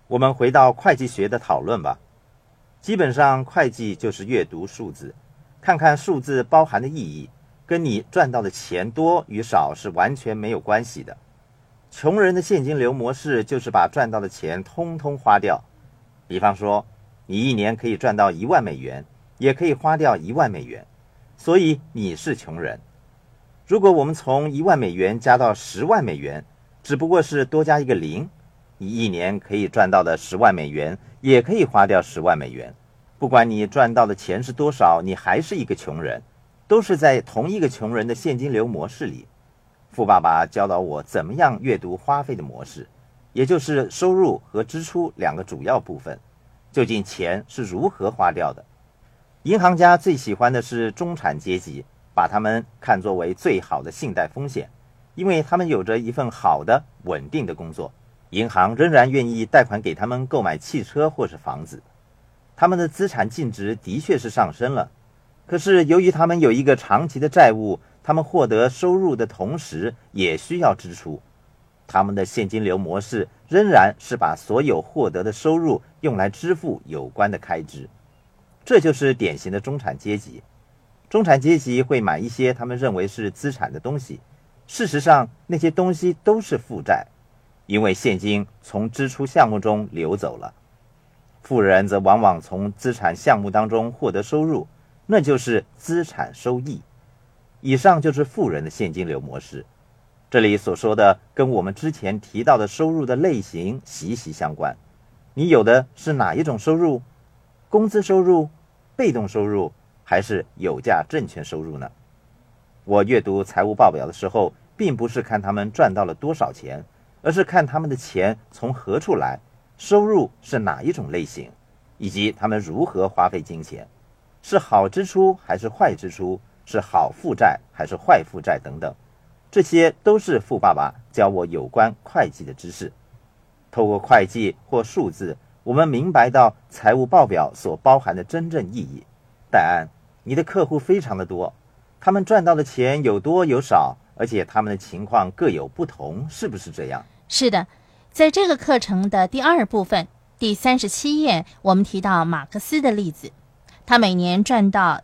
我们回到会计学的讨论吧。基本上会计就是阅读数字，看看数字包含的意义，跟你赚到的钱多与少是完全没有关系的。穷人的现金流模式就是把赚到的钱通通花掉。比方说，你一年可以赚到$10,000，也可以花掉$10,000，所以你是穷人。如果我们从$10,000加到$100,000，只不过是多加一个零，你一年可以赚到的$100,000，也可以花掉$100,000。不管你赚到的钱是多少，你还是一个穷人，都是在同一个穷人的现金流模式里。富爸爸教导我怎么样阅读花费的模式，也就是收入和支出两个主要部分，究竟钱是如何花掉的。银行家最喜欢的是中产阶级，把他们看作为最好的信贷风险，因为他们有着一份好的稳定的工作，银行仍然愿意贷款给他们购买汽车或是房子。他们的资产净值的确是上升了，可是由于他们有一个长期的债务，他们获得收入的同时也需要支出。他们的现金流模式仍然是把所有获得的收入用来支付有关的开支。这就是典型的中产阶级。中产阶级会买一些他们认为是资产的东西，事实上那些东西都是负债，因为现金从支出项目中流走了。富人则往往从资产项目当中获得收入，那就是资产收益。以上就是富人的现金流模式。这里所说的跟我们之前提到的收入的类型息息相关。你有的是哪一种收入？工资收入、被动收入，还是有价证券收入呢？我阅读财务报表的时候，并不是看他们赚到了多少钱，而是看他们的钱从何处来，收入是哪一种类型，以及他们如何花费金钱，是好支出还是坏支出，是好负债还是坏负债等等。这些都是富爸爸教我有关会计的知识。透过会计或数字，我们明白到财务报表所包含的真正意义。戴安，你的客户非常的多，他们赚到的钱有多有少，而且他们的情况各有不同，是不是这样？ 是的，在这个课程的第二部分第37页，我们提到马克思的例子。他每年赚到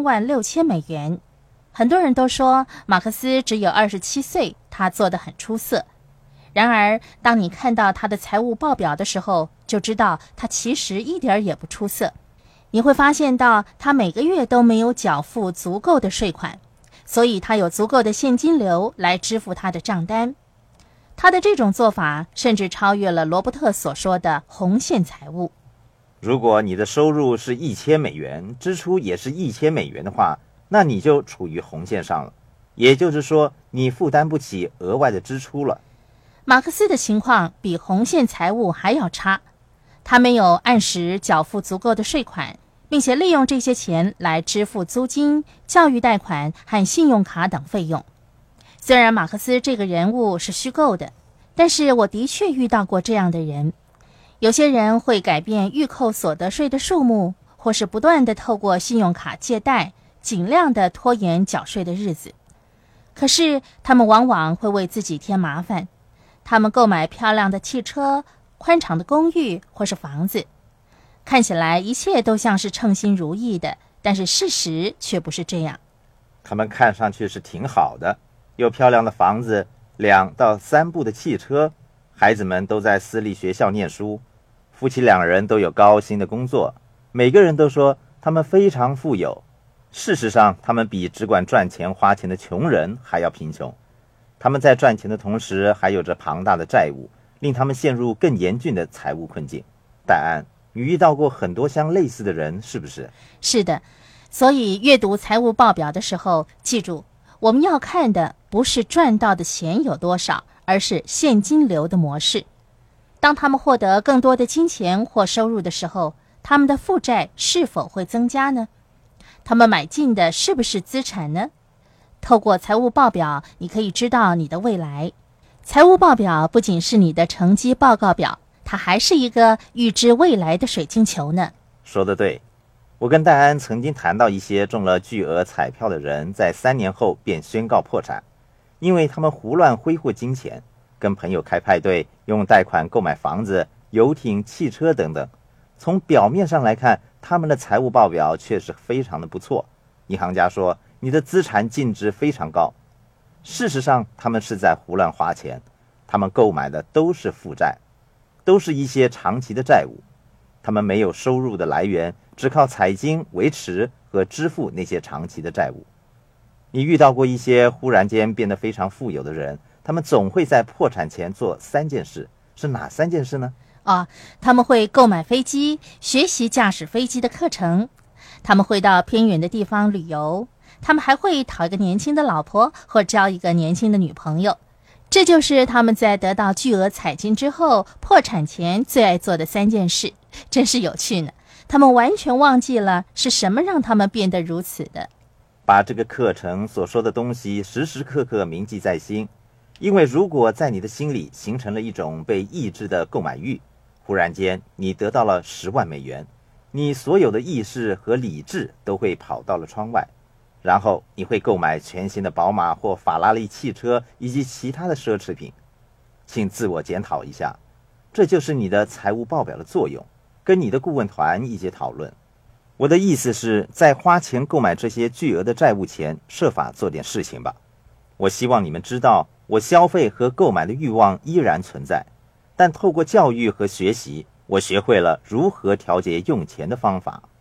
$36,000。很多人都说马克思只有27岁，他做得很出色。然而当你看到他的财务报表的时候，就知道他其实一点也不出色。你会发现到他每个月都没有缴付足够的税款，所以他有足够的现金流来支付他的账单。他的这种做法甚至超越了罗伯特所说的红线财务。 如果你的收入是$1000，支出也是$1000的话，那你就处于红线上了，也就是说你负担不起额外的支出了。 马克思的情况比红线财务还要差，他没有按时缴付足够的税款，并且利用这些钱来支付租金、教育贷款和信用卡等费用。虽然马克思这个人物是虚构的，但是我的确遇到过这样的人。有些人会改变预扣所得税的数目，或是不断地透过信用卡借贷，尽量地拖延缴税的日子。可是他们往往会为自己添麻烦，他们购买漂亮的汽车、宽敞的公寓或是房子，看起来一切都像是称心如意的，但是事实却不是这样。 他们看上去是挺好的，有漂亮的房子，2到3部的汽车，孩子们都在私立学校念书，夫妻2人都有高薪的工作，每个人都说他们非常富有。事实上，他们比只管赚钱花钱的穷人还要贫穷。他们在赚钱的同时还有着庞大的债务，令他们陷入更严峻的财务困境。戴安，你遇到过很多相类似的人，是不是？ 是的，所以阅读财务报表的时候，记住，我们要看的不是赚到的钱有多少，而是现金流的模式。当他们获得更多的金钱或收入的时候，他们的负债是否会增加呢？他们买进的是不是资产呢？透过财务报表，你可以知道你的未来。财务报表不仅是你的成绩报告表，它还是一个预知未来的水晶球呢。 说得对，我跟戴安曾经谈到一些中了巨额彩票的人，在3年后便宣告破产，因为他们胡乱挥霍金钱，跟朋友开派对，用贷款购买房子， 游艇、汽车等等。从表面上来看，他们的财务报表确实非常的不错。银行家说你的资产净值非常高，事实上他们是在胡乱花钱，他们购买的都是负债，都是一些长期的债务，他们没有收入的来源，只靠彩金维持和支付那些长期的债务。你遇到过一些忽然间变得非常富有的人，他们总会在破产前做3件事，是哪3件事呢？ 他们会购买飞机，学习驾驶飞机的课程，他们会到偏远的地方旅游，他们还会讨一个年轻的老婆或交一个年轻的女朋友。这就是他们在得到巨额彩金之后破产前最爱做的3件事，真是有趣呢。他们完全忘记了是什么让他们变得如此的。 把这个课程所说的东西时时刻刻铭记在心，因为如果在你的心里形成了一种被抑制的购买欲，忽然间你得到了10万美元，你所有的意识和理智都会跑到了窗外，然后你会购买全新的宝马或法拉利汽车以及其他的奢侈品。请自我检讨一下，这就是你的财务报表的作用，跟你的顾问团一起讨论。我的意思是，在花钱购买这些巨额的债务前，设法做点事情吧。我希望你们知道，我消费和购买的欲望依然存在，但透过教育和学习，我学会了如何调节用钱的方法。